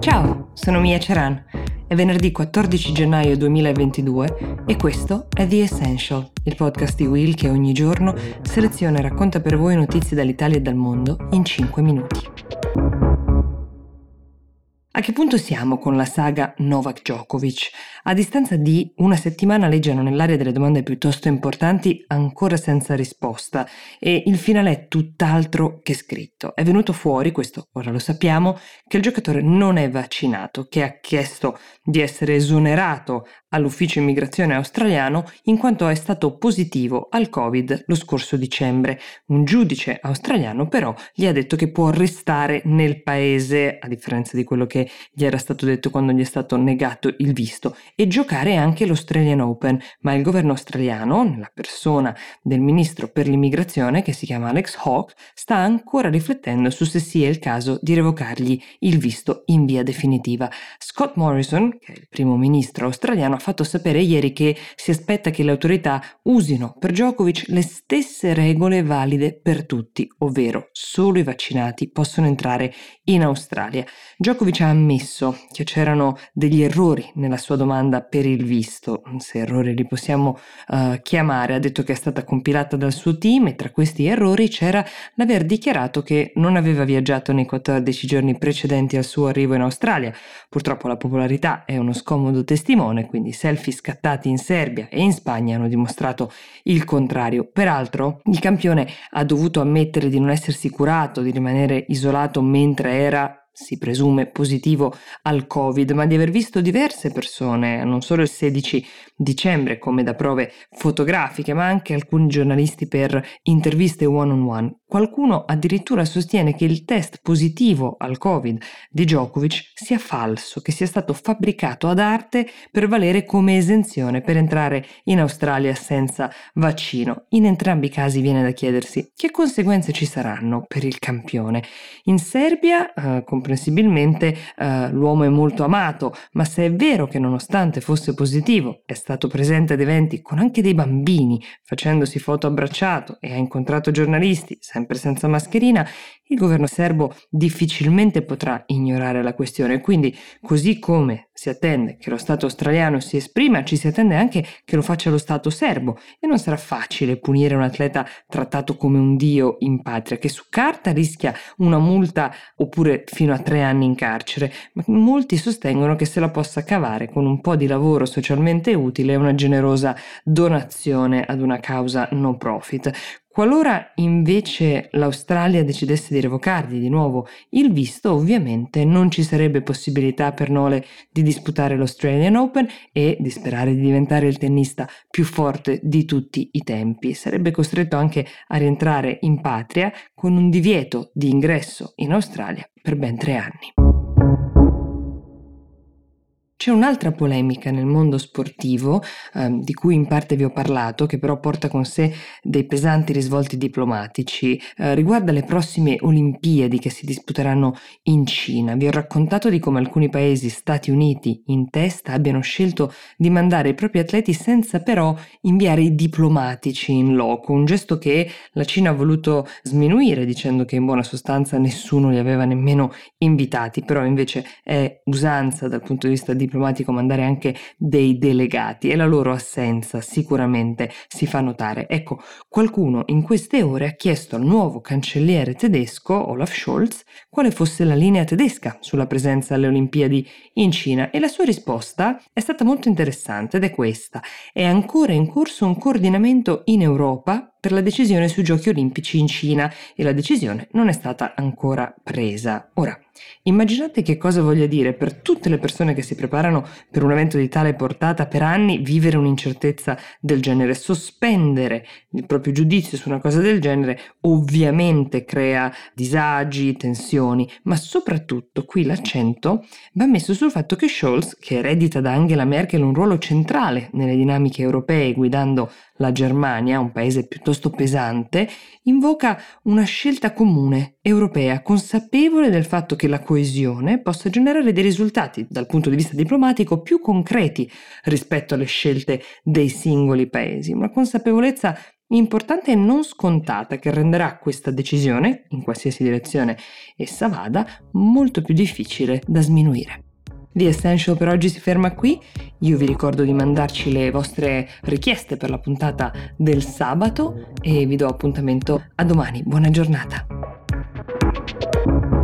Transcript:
Ciao, sono Mia Ceran. È venerdì 14 gennaio 2022 e questo è The Essential, il podcast di Will che ogni giorno seleziona e racconta per voi notizie dall'Italia e dal mondo in 5 minuti. A che punto siamo con la saga Novak Djokovic? A distanza di una settimana leggiano nell'area delle domande piuttosto importanti ancora senza risposta e il finale è tutt'altro che scritto. È venuto fuori, questo ora lo sappiamo, che il giocatore non è vaccinato, che ha chiesto di essere esonerato all'ufficio immigrazione australiano in quanto è stato positivo al Covid lo scorso dicembre. Un giudice australiano però gli ha detto che può restare nel paese, a differenza di quello che gli era stato detto quando gli è stato negato il visto, e giocare anche l'Australian Open, ma il governo australiano, nella persona del ministro per l'immigrazione che si chiama Alex Hawke, sta ancora riflettendo su se sia il caso di revocargli il visto in via definitiva. Scott Morrison, che è il primo ministro australiano, ha fatto sapere ieri che si aspetta che le autorità usino per Djokovic le stesse regole valide per tutti, ovvero solo i vaccinati possono entrare in Australia. Djokovic ha ammesso che c'erano degli errori nella sua domanda per il visto, se errori li possiamo chiamare. Ha detto che è stata compilata dal suo team e tra questi errori c'era l'aver dichiarato che non aveva viaggiato nei 14 giorni precedenti al suo arrivo in Australia. Purtroppo la popolarità è uno scomodo testimone, quindi selfie scattati in Serbia e in Spagna hanno dimostrato il contrario. Peraltro il campione ha dovuto ammettere di non essersi curato, di rimanere isolato mentre era, si presume, positivo al Covid, ma di aver visto diverse persone, non solo il 16 dicembre come da prove fotografiche, ma anche alcuni giornalisti per interviste one-on-one. Qualcuno addirittura sostiene che il test positivo al Covid di Djokovic sia falso, che sia stato fabbricato ad arte per valere come esenzione per entrare in Australia senza vaccino. In entrambi i casi viene da chiedersi che conseguenze ci saranno per il campione. In Serbia, comprensibilmente, l'uomo è molto amato, ma se è vero che nonostante fosse positivo è stato presente ad eventi con anche dei bambini facendosi foto abbracciato e ha incontrato giornalisti sempre senza mascherina, il governo serbo difficilmente potrà ignorare la questione. Quindi, così come si attende che lo Stato australiano si esprima, ci si attende anche che lo faccia lo Stato serbo, e non sarà facile punire un atleta trattato come un dio in patria, che su carta rischia una multa oppure fino a 3 anni in carcere, ma molti sostengono che se la possa cavare con un po' di lavoro socialmente utile e una generosa donazione ad una causa no profit. Qualora invece l'Australia decidesse di revocargli di nuovo il visto, ovviamente non ci sarebbe possibilità per Nole di disputare l'Australian Open e di sperare di diventare il tennista più forte di tutti i tempi. Sarebbe costretto anche a rientrare in patria con un divieto di ingresso in Australia per ben 3 anni. C'è un'altra polemica nel mondo sportivo, di cui in parte vi ho parlato, che però porta con sé dei pesanti risvolti diplomatici. Riguarda le prossime Olimpiadi che si disputeranno in Cina. Vi ho raccontato di come alcuni paesi, Stati Uniti in testa, abbiano scelto di mandare i propri atleti senza però inviare i diplomatici in loco, un gesto che la Cina ha voluto sminuire dicendo che in buona sostanza nessuno li aveva nemmeno invitati, però invece è usanza dal punto di vista diplomatico mandare anche dei delegati e la loro assenza sicuramente si fa notare. Ecco, qualcuno in queste ore ha chiesto al nuovo cancelliere tedesco Olaf Scholz quale fosse la linea tedesca sulla presenza alle Olimpiadi in Cina e la sua risposta è stata molto interessante ed è questa: è ancora in corso un coordinamento in Europa per la decisione sui Giochi Olimpici in Cina e la decisione non è stata ancora presa. Ora, immaginate che cosa voglia dire per tutte le persone che si preparano per un evento di tale portata per anni vivere un'incertezza del genere. Sospendere il proprio giudizio su una cosa del genere ovviamente crea disagi, tensioni, ma soprattutto qui l'accento va messo sul fatto che Scholz, che eredita da Angela Merkel un ruolo centrale nelle dinamiche europee guidando la Germania, un paese piuttosto pesante, invoca una scelta comune europea, consapevole del fatto che la coesione possa generare dei risultati dal punto di vista diplomatico più concreti rispetto alle scelte dei singoli paesi, una consapevolezza importante e non scontata che renderà questa decisione, in qualsiasi direzione essa vada, molto più difficile da sminuire. The Essential per oggi si ferma qui. Io vi ricordo di mandarci le vostre richieste per la puntata del sabato e vi do appuntamento a domani. Buona giornata.